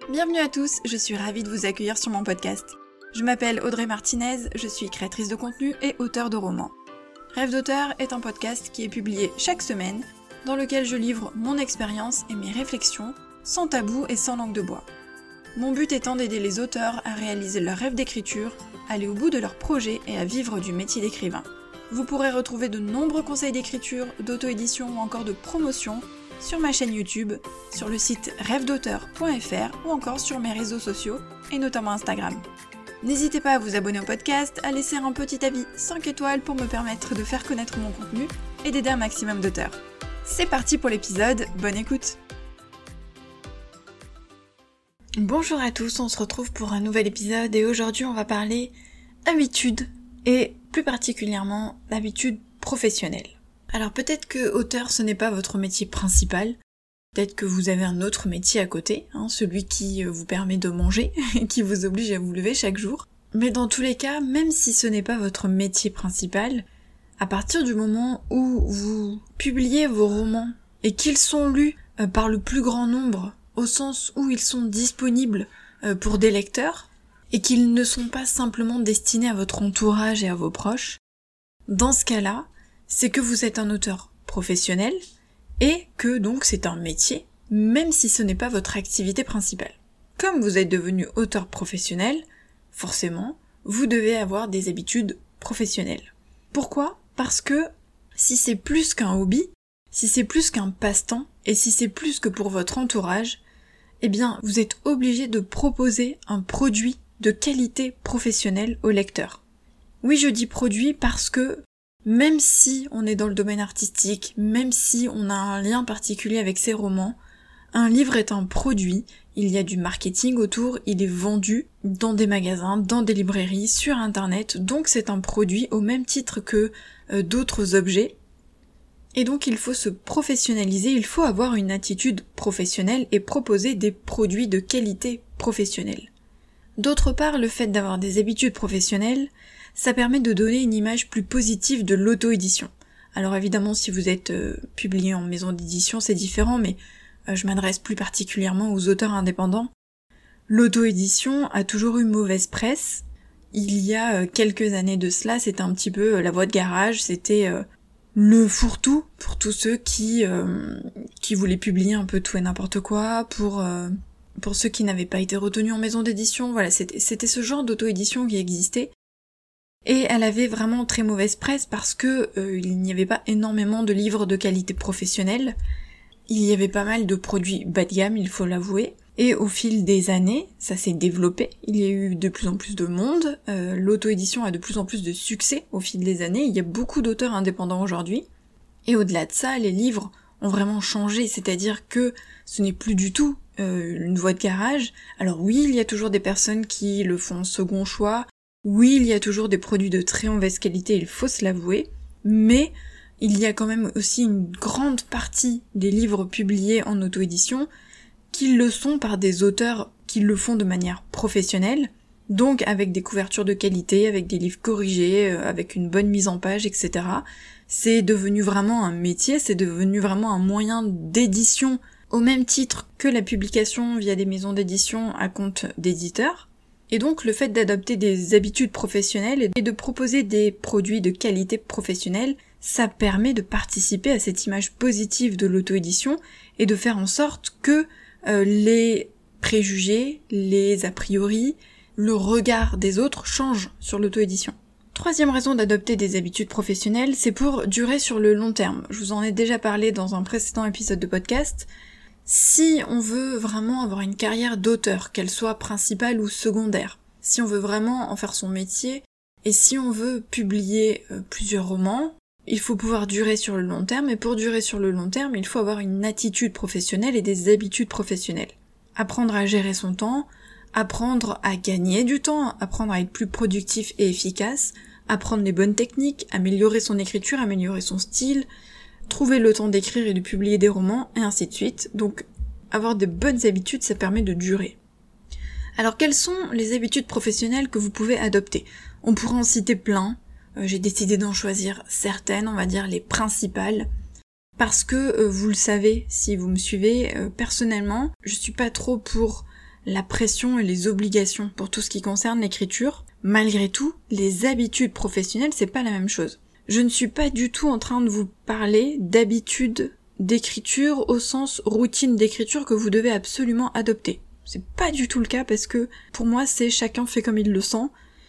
Bienvenue à tous, je suis ravie de vous accueillir sur mon podcast. Je m'appelle Audrey Martinez, je suis créatrice de contenu et auteure de romans. Rêve d'auteur est un podcast qui est publié chaque semaine, dans lequel je livre mon expérience et mes réflexions, sans tabou et sans langue de bois. Mon but étant d'aider les auteurs à réaliser leur rêve d'écriture, aller au bout de leur projet et à vivre du métier d'écrivain. Vous pourrez retrouver de nombreux conseils d'écriture, d'auto-édition ou encore de promotion sur ma chaîne YouTube, sur le site rêvedauteur.fr ou encore sur mes réseaux sociaux et notamment Instagram. N'hésitez pas à vous abonner au podcast, à laisser un petit avis 5 étoiles pour me permettre de faire connaître mon contenu et d'aider un maximum d'auteurs. C'est parti pour l'épisode, bonne écoute! Bonjour à tous, on se retrouve pour un nouvel épisode et aujourd'hui on va parler habitudes et plus particulièrement d'habitudes professionnelles. Alors peut-être que auteur ce n'est pas votre métier principal, peut-être que vous avez un autre métier à côté, celui qui vous permet de manger, qui vous oblige à vous lever chaque jour. Mais dans tous les cas, même si ce n'est pas votre métier principal, à partir du moment où vous publiez vos romans et qu'ils sont lus par le plus grand nombre, au sens où ils sont disponibles pour des lecteurs, et qu'ils ne sont pas simplement destinés à votre entourage et à vos proches, dans ce cas-là, c'est que vous êtes un auteur professionnel et que donc c'est un métier, même si ce n'est pas votre activité principale. Comme vous êtes devenu auteur professionnel, forcément, vous devez avoir des habitudes professionnelles. Pourquoi ? Parce que si c'est plus qu'un hobby, si c'est plus qu'un passe-temps, et si c'est plus que pour votre entourage, eh bien, vous êtes obligé de proposer un produit de qualité professionnelle au lecteur. Oui, je dis produit parce que même si on est dans le domaine artistique, même si on a un lien particulier avec ces romans, un livre est un produit, il y a du marketing autour, il est vendu dans des magasins, dans des librairies, sur internet, donc c'est un produit au même titre que d'autres objets. Et donc il faut se professionnaliser, il faut avoir une attitude professionnelle et proposer des produits de qualité professionnelle. D'autre part, le fait d'avoir des habitudes professionnelles, ça permet de donner une image plus positive de l'auto-édition. Alors évidemment, si vous êtes publié en maison d'édition, c'est différent, mais je m'adresse plus particulièrement aux auteurs indépendants. L'auto-édition a toujours eu mauvaise presse. Il y a quelques années de cela, c'était un petit peu la voie de garage, c'était le fourre-tout pour tous ceux qui voulaient publier un peu tout et n'importe quoi, pour ceux qui n'avaient pas été retenus en maison d'édition. Voilà, c'était ce genre d'auto-édition qui existait. Et elle avait vraiment très mauvaise presse parce que il n'y avait pas énormément de livres de qualité professionnelle. Il y avait pas mal de produits bas de gamme, il faut l'avouer. Et au fil des années, ça s'est développé. Il y a eu de plus en plus de monde. L'auto-édition a de plus en plus de succès au fil des années. Il y a beaucoup d'auteurs indépendants aujourd'hui. Et au-delà de ça, les livres ont vraiment changé. C'est-à-dire que ce n'est plus du tout une voie de garage. Alors oui, il y a toujours des personnes qui le font second choix. Oui, il y a toujours des produits de très mauvaise qualité, il faut se l'avouer, mais il y a quand même aussi une grande partie des livres publiés en auto-édition qui le sont par des auteurs qui le font de manière professionnelle, donc avec des couvertures de qualité, avec des livres corrigés, avec une bonne mise en page, etc. C'est devenu vraiment un métier, c'est devenu vraiment un moyen d'édition au même titre que la publication via des maisons d'édition à compte d'éditeurs. Et donc le fait d'adopter des habitudes professionnelles et de proposer des produits de qualité professionnelle, ça permet de participer à cette image positive de l'auto-édition et de faire en sorte que les préjugés, les a priori, le regard des autres changent sur l'auto-édition. Troisième raison d'adopter des habitudes professionnelles, c'est pour durer sur le long terme. Je vous en ai déjà parlé dans un précédent épisode de podcast. Si on veut vraiment avoir une carrière d'auteur, qu'elle soit principale ou secondaire, si on veut vraiment en faire son métier, et si on veut publier plusieurs romans, il faut pouvoir durer sur le long terme, et pour durer sur le long terme, il faut avoir une attitude professionnelle et des habitudes professionnelles. Apprendre à gérer son temps, apprendre à gagner du temps, apprendre à être plus productif et efficace, apprendre les bonnes techniques, améliorer son écriture, améliorer son style, trouver le temps d'écrire et de publier des romans, et ainsi de suite. Donc, avoir de bonnes habitudes, ça permet de durer. Alors, quelles sont les habitudes professionnelles que vous pouvez adopter ? On pourrait en citer plein. J'ai décidé d'en choisir certaines, on va dire les principales. Parce que, vous le savez, si vous me suivez, personnellement, je suis pas trop pour la pression et les obligations pour tout ce qui concerne l'écriture. Malgré tout, les habitudes professionnelles, c'est pas la même chose. Je ne suis pas du tout en train de vous parler d'habitudes d'écriture au sens routine d'écriture que vous devez absolument adopter. C'est pas du tout le cas parce que pour moi c'est chacun fait comme il le sent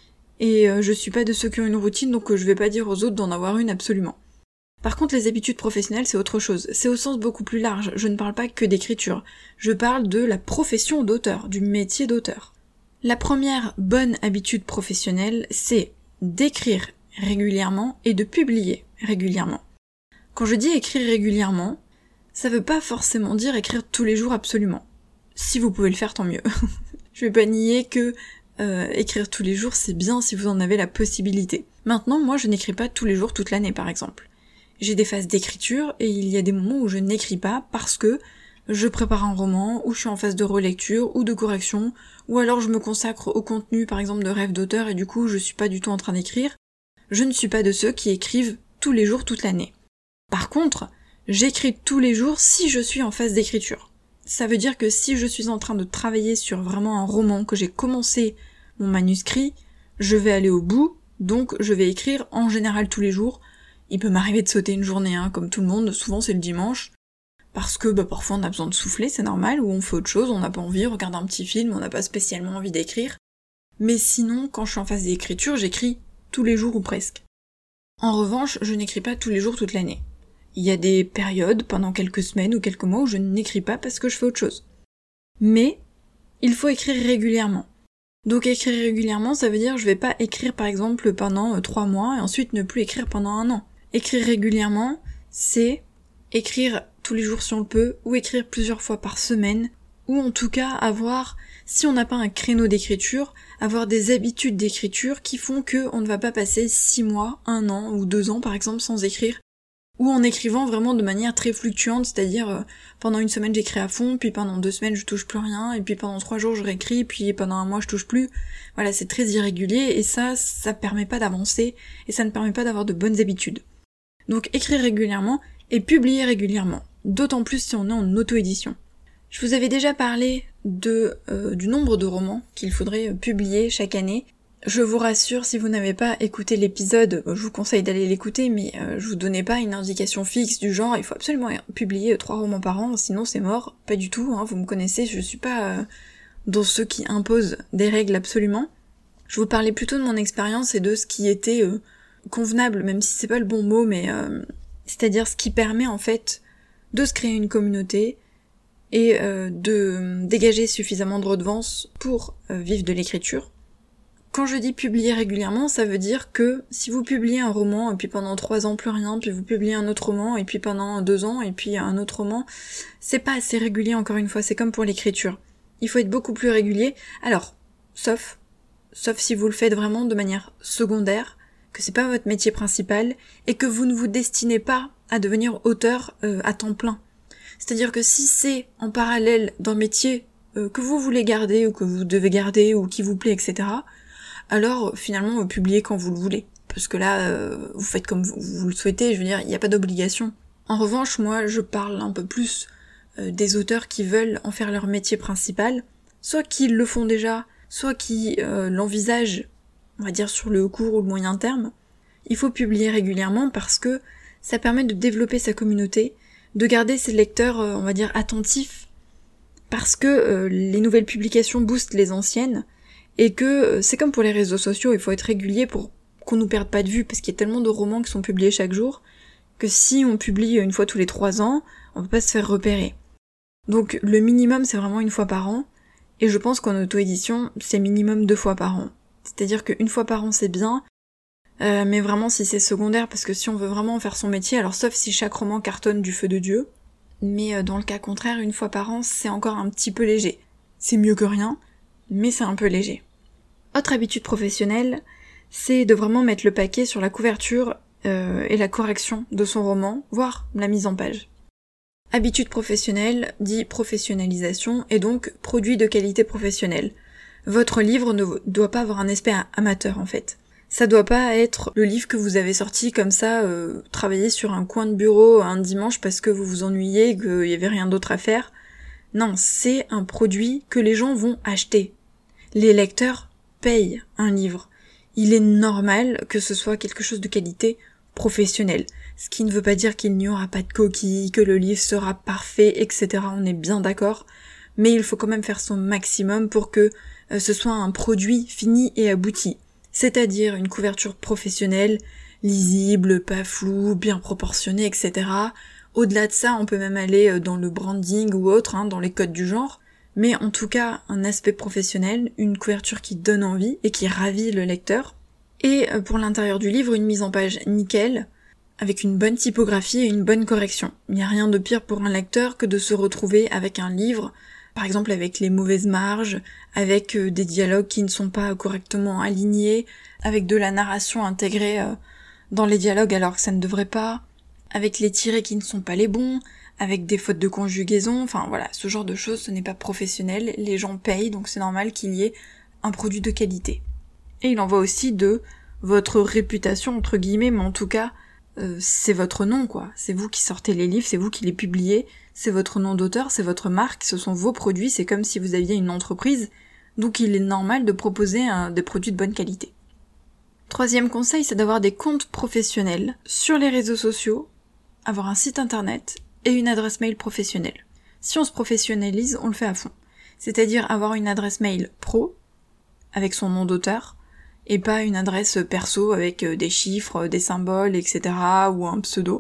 et je suis pas de ceux qui ont une routine donc je vais pas dire aux autres d'en avoir une absolument. Par contre les habitudes professionnelles c'est autre chose, c'est au sens beaucoup plus large, je ne parle pas que d'écriture, je parle de la profession d'auteur, du métier d'auteur. La première bonne habitude professionnelle c'est d'écrire régulièrement et de publier régulièrement. Quand je dis écrire régulièrement, ça veut pas forcément dire écrire tous les jours absolument. Si vous pouvez le faire, tant mieux. Je vais pas nier que écrire tous les jours, c'est bien si vous en avez la possibilité. Maintenant, moi, je n'écris pas tous les jours toute l'année, par exemple. J'ai des phases d'écriture et il y a des moments où je n'écris pas parce que je prépare un roman, ou je suis en phase de relecture, ou de correction, ou alors je me consacre au contenu, par exemple, de rêve d'auteur et du coup, je suis pas du tout en train d'écrire. Je ne suis pas de ceux qui écrivent tous les jours toute l'année. Par contre, j'écris tous les jours si je suis en phase d'écriture. Ça veut dire que si je suis en train de travailler sur vraiment un roman, que j'ai commencé mon manuscrit, je vais aller au bout, donc je vais écrire en général tous les jours. Il peut m'arriver de sauter une journée, comme tout le monde, souvent c'est le dimanche, parce que parfois on a besoin de souffler, c'est normal, ou on fait autre chose, on n'a pas envie, on regarde un petit film, on n'a pas spécialement envie d'écrire. Mais sinon, quand je suis en phase d'écriture, j'écris tous les jours ou presque. En revanche, je n'écris pas tous les jours toute l'année. Il y a des périodes, pendant quelques semaines ou quelques mois, où je n'écris pas parce que je fais autre chose. Mais, il faut écrire régulièrement. Donc écrire régulièrement, ça veut dire que je vais pas écrire par exemple pendant 3 mois et ensuite ne plus écrire pendant 1 an. Écrire régulièrement, c'est écrire tous les jours si on le peut, ou écrire plusieurs fois par semaine, ou en tout cas avoir, si on n'a pas un créneau d'écriture, avoir des habitudes d'écriture qui font que on ne va pas passer 6 mois, 1 an ou 2 ans par exemple sans écrire, ou en écrivant vraiment de manière très fluctuante, c'est-à-dire pendant une semaine j'écris à fond, puis pendant 2 semaines je touche plus rien, et puis pendant 3 jours je réécris, puis pendant 1 mois je touche plus. Voilà, c'est très irrégulier, et ça permet pas d'avancer, et ça ne permet pas d'avoir de bonnes habitudes. Donc écrire régulièrement, et publier régulièrement, d'autant plus si on est en auto-édition. Je vous avais déjà parlé du nombre de romans qu'il faudrait publier chaque année. Je vous rassure, si vous n'avez pas écouté l'épisode, je vous conseille d'aller l'écouter, mais je vous donnais pas une indication fixe du genre, il faut absolument publier 3 romans par an, sinon c'est mort. Pas du tout, vous me connaissez, je suis pas dans ceux qui imposent des règles absolument. Je vous parlais plutôt de mon expérience et de ce qui était convenable, même si c'est pas le bon mot, mais c'est-à-dire ce qui permet en fait de se créer une communauté et de dégager suffisamment de redevances pour vivre de l'écriture. Quand je dis publier régulièrement, ça veut dire que si vous publiez un roman, et puis pendant 3 ans plus rien, puis vous publiez un autre roman, et puis pendant 2 ans, et puis un autre roman, c'est pas assez régulier encore une fois, c'est comme pour l'écriture. Il faut être beaucoup plus régulier, alors, sauf si vous le faites vraiment de manière secondaire, que c'est pas votre métier principal, et que vous ne vous destinez pas à devenir auteur à temps plein. C'est-à-dire que si c'est en parallèle d'un métier que vous voulez garder, ou que vous devez garder, ou qui vous plaît, etc., alors finalement publiez quand vous le voulez. Parce que là, vous faites comme vous le souhaitez, je veux dire, il n'y a pas d'obligation. En revanche, moi, je parle un peu plus des auteurs qui veulent en faire leur métier principal, soit qui le font déjà, soit qui l'envisagent, on va dire sur le court ou le moyen terme. Il faut publier régulièrement parce que ça permet de développer sa communauté, de garder ses lecteurs, on va dire, attentifs, parce que les nouvelles publications boostent les anciennes, et que c'est comme pour les réseaux sociaux, il faut être régulier pour qu'on nous perde pas de vue, parce qu'il y a tellement de romans qui sont publiés chaque jour, que si on publie une fois tous les 3 ans, on peut pas se faire repérer. Donc le minimum c'est vraiment 1 fois par an, et je pense qu'en auto-édition, c'est minimum 2 fois par an. C'est-à-dire qu'1 fois par an c'est bien, mais vraiment si c'est secondaire, parce que si on veut vraiment faire son métier, alors sauf si chaque roman cartonne du feu de Dieu, mais dans le cas contraire, 1 fois par an c'est encore un petit peu léger. C'est mieux que rien, mais c'est un peu léger. Autre habitude professionnelle, c'est de vraiment mettre le paquet sur la couverture et la correction de son roman, voire la mise en page. Habitude professionnelle dit professionnalisation et donc produit de qualité professionnelle. Votre livre ne doit pas avoir un aspect amateur en fait. Ça doit pas être le livre que vous avez sorti comme ça, travailler sur un coin de bureau un dimanche parce que vous vous ennuyez et qu'il y avait rien d'autre à faire. Non, c'est un produit que les gens vont acheter. Les lecteurs payent un livre. Il est normal que ce soit quelque chose de qualité professionnelle. Ce qui ne veut pas dire qu'il n'y aura pas de coquilles, que le livre sera parfait, etc. On est bien d'accord. Mais il faut quand même faire son maximum pour que ce soit un produit fini et abouti. C'est-à-dire une couverture professionnelle, lisible, pas floue, bien proportionnée, etc. Au-delà de ça, on peut même aller dans le branding ou autre, dans les codes du genre. Mais en tout cas, un aspect professionnel, une couverture qui donne envie et qui ravit le lecteur. Et pour l'intérieur du livre, une mise en page nickel, avec une bonne typographie et une bonne correction. Il n'y a rien de pire pour un lecteur que de se retrouver avec un livre, par exemple avec les mauvaises marges, avec des dialogues qui ne sont pas correctement alignés, avec de la narration intégrée dans les dialogues alors que ça ne devrait pas, avec les tirets qui ne sont pas les bons, avec des fautes de conjugaison, enfin voilà, ce genre de choses, ce n'est pas professionnel, les gens payent, donc c'est normal qu'il y ait un produit de qualité. Et il en va aussi de votre réputation, entre guillemets, mais en tout cas, c'est votre nom, quoi. C'est vous qui sortez les livres, c'est vous qui les publiez, c'est votre nom d'auteur, c'est votre marque, ce sont vos produits, c'est comme si vous aviez une entreprise, donc il est normal de proposer des produits de bonne qualité. Troisième conseil, c'est d'avoir des comptes professionnels sur les réseaux sociaux, avoir un site internet et une adresse mail professionnelle. Si on se professionnalise, on le fait à fond. C'est-à-dire avoir une adresse mail pro, avec son nom d'auteur, et pas une adresse perso avec des chiffres, des symboles, etc. ou un pseudo.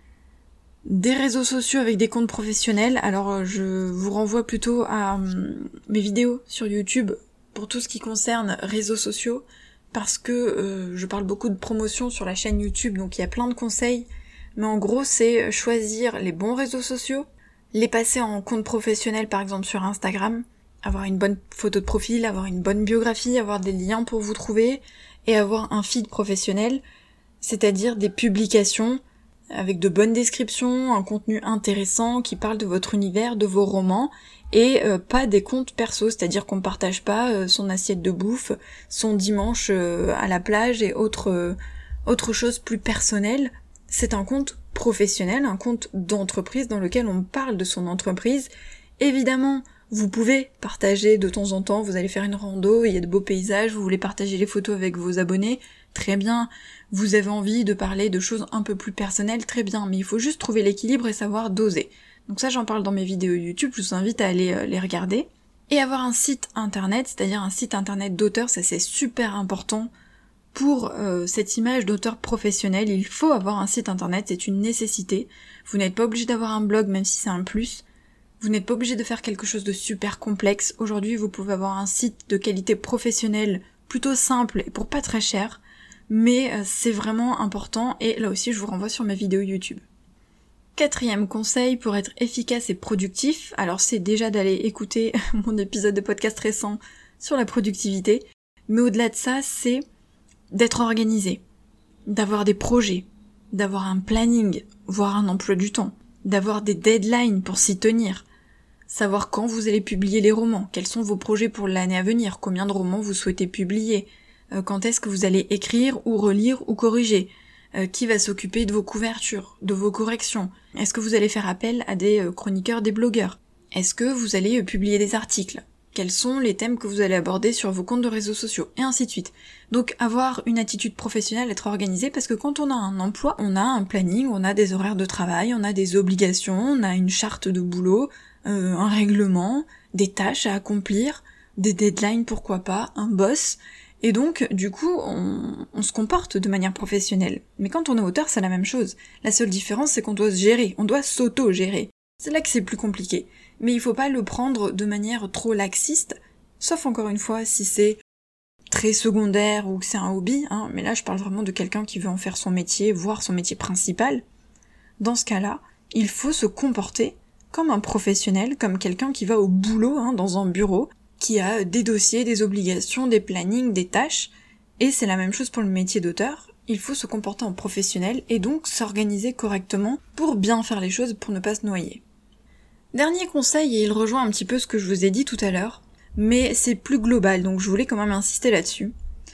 Des réseaux sociaux avec des comptes professionnels, alors je vous renvoie plutôt à mes vidéos sur YouTube pour tout ce qui concerne réseaux sociaux, parce que je parle beaucoup de promotion sur la chaîne YouTube, donc il y a plein de conseils, mais en gros c'est choisir les bons réseaux sociaux, les passer en compte professionnel par exemple sur Instagram, avoir une bonne photo de profil, avoir une bonne biographie, avoir des liens pour vous trouver, et avoir un feed professionnel, c'est-à-dire des publications avec de bonnes descriptions, un contenu intéressant qui parle de votre univers, de vos romans, et pas des comptes perso, c'est-à-dire qu'on partage pas son assiette de bouffe, son dimanche à la plage et autre chose plus personnelle. C'est un compte professionnel, un compte d'entreprise dans lequel on parle de son entreprise. Évidemment, vous pouvez partager de temps en temps, vous allez faire une rando, il y a de beaux paysages, vous voulez partager les photos avec vos abonnés, très bien. Vous avez envie de parler de choses un peu plus personnelles, très bien, mais il faut juste trouver l'équilibre et savoir doser. Donc ça, j'en parle dans mes vidéos YouTube, je vous invite à aller les regarder. Et avoir un site internet, c'est-à-dire un site internet d'auteur, ça c'est super important pour cette image d'auteur professionnel. Il faut avoir un site internet, c'est une nécessité. Vous n'êtes pas obligé d'avoir un blog, même si c'est un plus. Vous n'êtes pas obligé de faire quelque chose de super complexe. Aujourd'hui, vous pouvez avoir un site de qualité professionnelle plutôt simple et pour pas très cher, mais c'est vraiment important et là aussi je vous renvoie sur mes vidéos YouTube. Quatrième conseil pour être efficace et productif, alors c'est déjà d'aller écouter mon épisode de podcast récent sur la productivité, mais au-delà de ça, c'est d'être organisé, d'avoir des projets, d'avoir un planning, voire un emploi du temps, d'avoir des deadlines pour s'y tenir, savoir quand vous allez publier les romans, quels sont vos projets pour l'année à venir, combien de romans vous souhaitez publier, quand est-ce que vous allez écrire ou relire ou corriger, qui va s'occuper de vos couvertures, de vos corrections, est-ce que vous allez faire appel à des chroniqueurs, des blogueurs, est-ce que vous allez publier des articles, quels sont les thèmes que vous allez aborder sur vos comptes de réseaux sociaux, et ainsi de suite. Donc avoir une attitude professionnelle, être organisé, parce que quand on a un emploi, on a un planning, on a des horaires de travail, on a des obligations, on a une charte de boulot, un règlement, des tâches à accomplir, des deadlines pourquoi pas, un boss, et donc du coup on se comporte de manière professionnelle. Mais quand on est auteur, c'est la même chose. La seule différence c'est qu'on doit se gérer, on doit s'auto-gérer. C'est là que c'est plus compliqué. Mais il faut pas le prendre de manière trop laxiste, sauf encore une fois si c'est très secondaire ou que c'est un hobby, mais là je parle vraiment de quelqu'un qui veut en faire son métier, voire son métier principal. Dans ce cas-là, il faut se comporter comme un professionnel, comme quelqu'un qui va au boulot dans un bureau, qui a des dossiers, des obligations, des plannings, des tâches, et c'est la même chose pour le métier d'auteur. Il faut se comporter en professionnel et donc s'organiser correctement pour bien faire les choses, pour ne pas se noyer. Dernier conseil, et il rejoint un petit peu ce que je vous ai dit tout à l'heure, mais c'est plus global, donc je voulais quand même insister là-dessus,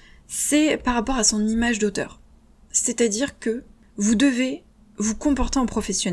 c'est par rapport à son image d'auteur. C'est-à-dire que vous devez vous comporter en professionnel.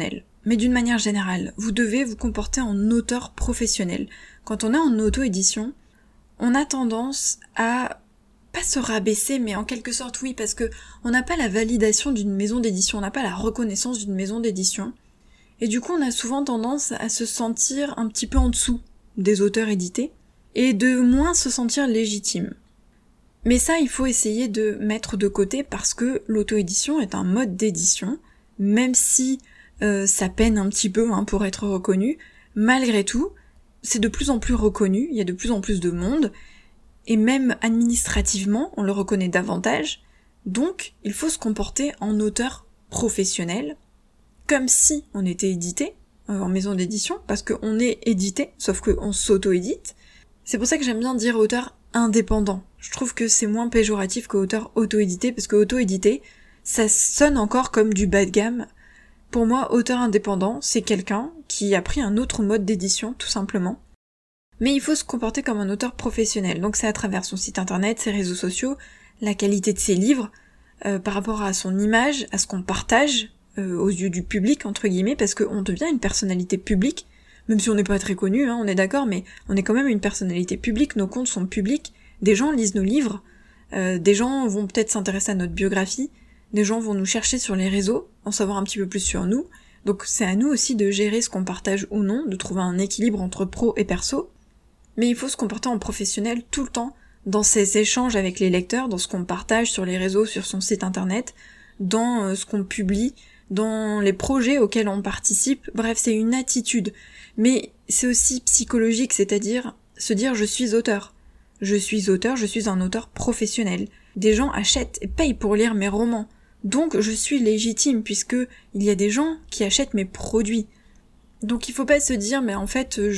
Mais d'une manière générale, vous devez vous comporter en auteur professionnel. Quand on est en auto-édition, on a tendance à pas se rabaisser, mais en quelque sorte oui, parce que on n'a pas la validation d'une maison d'édition, on n'a pas la reconnaissance d'une maison d'édition. Et du coup, on a souvent tendance à se sentir un petit peu en dessous des auteurs édités, et de moins se sentir légitime. Mais ça, il faut essayer de mettre de côté parce que l'auto-édition est un mode d'édition, même si ça peine un petit peu pour être reconnu, malgré tout, c'est de plus en plus reconnu, il y a de plus en plus de monde, et même administrativement, on le reconnaît davantage, donc il faut se comporter en auteur professionnel, comme si on était édité en maison d'édition, parce qu'on est édité, sauf qu'on s'auto-édite. C'est pour ça que j'aime bien dire auteur indépendant. Je trouve que c'est moins péjoratif que auteur auto-édité, parce que auto-édité, ça sonne encore comme du bas de gamme. Pour moi, auteur indépendant, c'est quelqu'un qui a pris un autre mode d'édition, tout simplement. Mais il faut se comporter comme un auteur professionnel, donc c'est à travers son site internet, ses réseaux sociaux, la qualité de ses livres, par rapport à son image, à ce qu'on partage aux yeux du public, entre guillemets, parce qu'on devient une personnalité publique, même si on n'est pas très connu, on est d'accord, mais on est quand même une personnalité publique, nos comptes sont publics, des gens lisent nos livres, des gens vont peut-être s'intéresser à notre biographie, des gens vont nous chercher sur les réseaux, en savoir un petit peu plus sur nous, donc c'est à nous aussi de gérer ce qu'on partage ou non, de trouver un équilibre entre pro et perso, mais il faut se comporter en professionnel tout le temps, dans ses échanges avec les lecteurs, dans ce qu'on partage sur les réseaux, sur son site internet, dans ce qu'on publie, dans les projets auxquels on participe, bref, c'est une attitude. Mais c'est aussi psychologique, c'est-à-dire se dire je suis auteur. Je suis auteur, je suis un auteur professionnel. Des gens achètent et payent pour lire mes romans. Donc je suis légitime puisque il y a des gens qui achètent mes produits. Donc il faut pas se dire mais en fait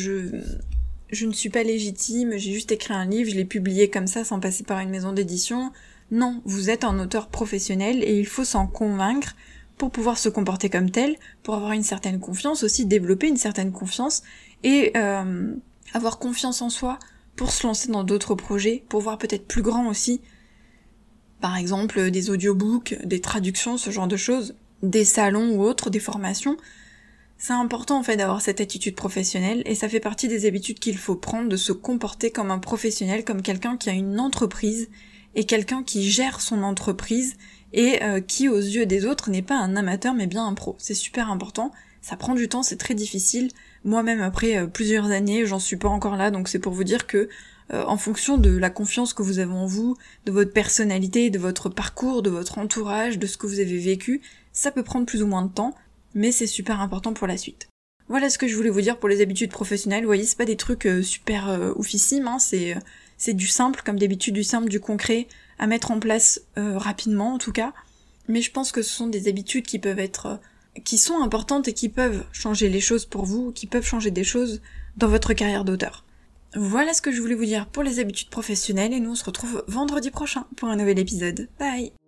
je ne suis pas légitime, j'ai juste écrit un livre, je l'ai publié comme ça sans passer par une maison d'édition. Non, vous êtes un auteur professionnel et il faut s'en convaincre pour pouvoir se comporter comme tel, pour avoir une certaine confiance, aussi développer une certaine confiance et avoir confiance en soi pour se lancer dans d'autres projets, pour voir peut-être plus grand aussi, par exemple des audiobooks, des traductions, ce genre de choses, des salons ou autres, des formations. C'est important en fait d'avoir cette attitude professionnelle et ça fait partie des habitudes qu'il faut prendre, de se comporter comme un professionnel, comme quelqu'un qui a une entreprise et quelqu'un qui gère son entreprise et qui aux yeux des autres n'est pas un amateur mais bien un pro. C'est super important, ça prend du temps, c'est très difficile. Moi-même après plusieurs années, j'en suis pas encore là, donc c'est pour vous dire que en fonction de la confiance que vous avez en vous, de votre personnalité, de votre parcours, de votre entourage, de ce que vous avez vécu, ça peut prendre plus ou moins de temps, mais c'est super important pour la suite. Voilà ce que je voulais vous dire pour les habitudes professionnelles. Vous voyez, c'est pas des trucs super oufissimes, c'est du simple, comme d'habitude, du simple, du concret, à mettre en place rapidement en tout cas. Mais je pense que ce sont des habitudes qui peuvent être, qui sont importantes et qui peuvent changer les choses pour vous, qui peuvent changer des choses dans votre carrière d'auteur. Voilà ce que je voulais vous dire pour les habitudes professionnelles et nous on se retrouve vendredi prochain pour un nouvel épisode. Bye!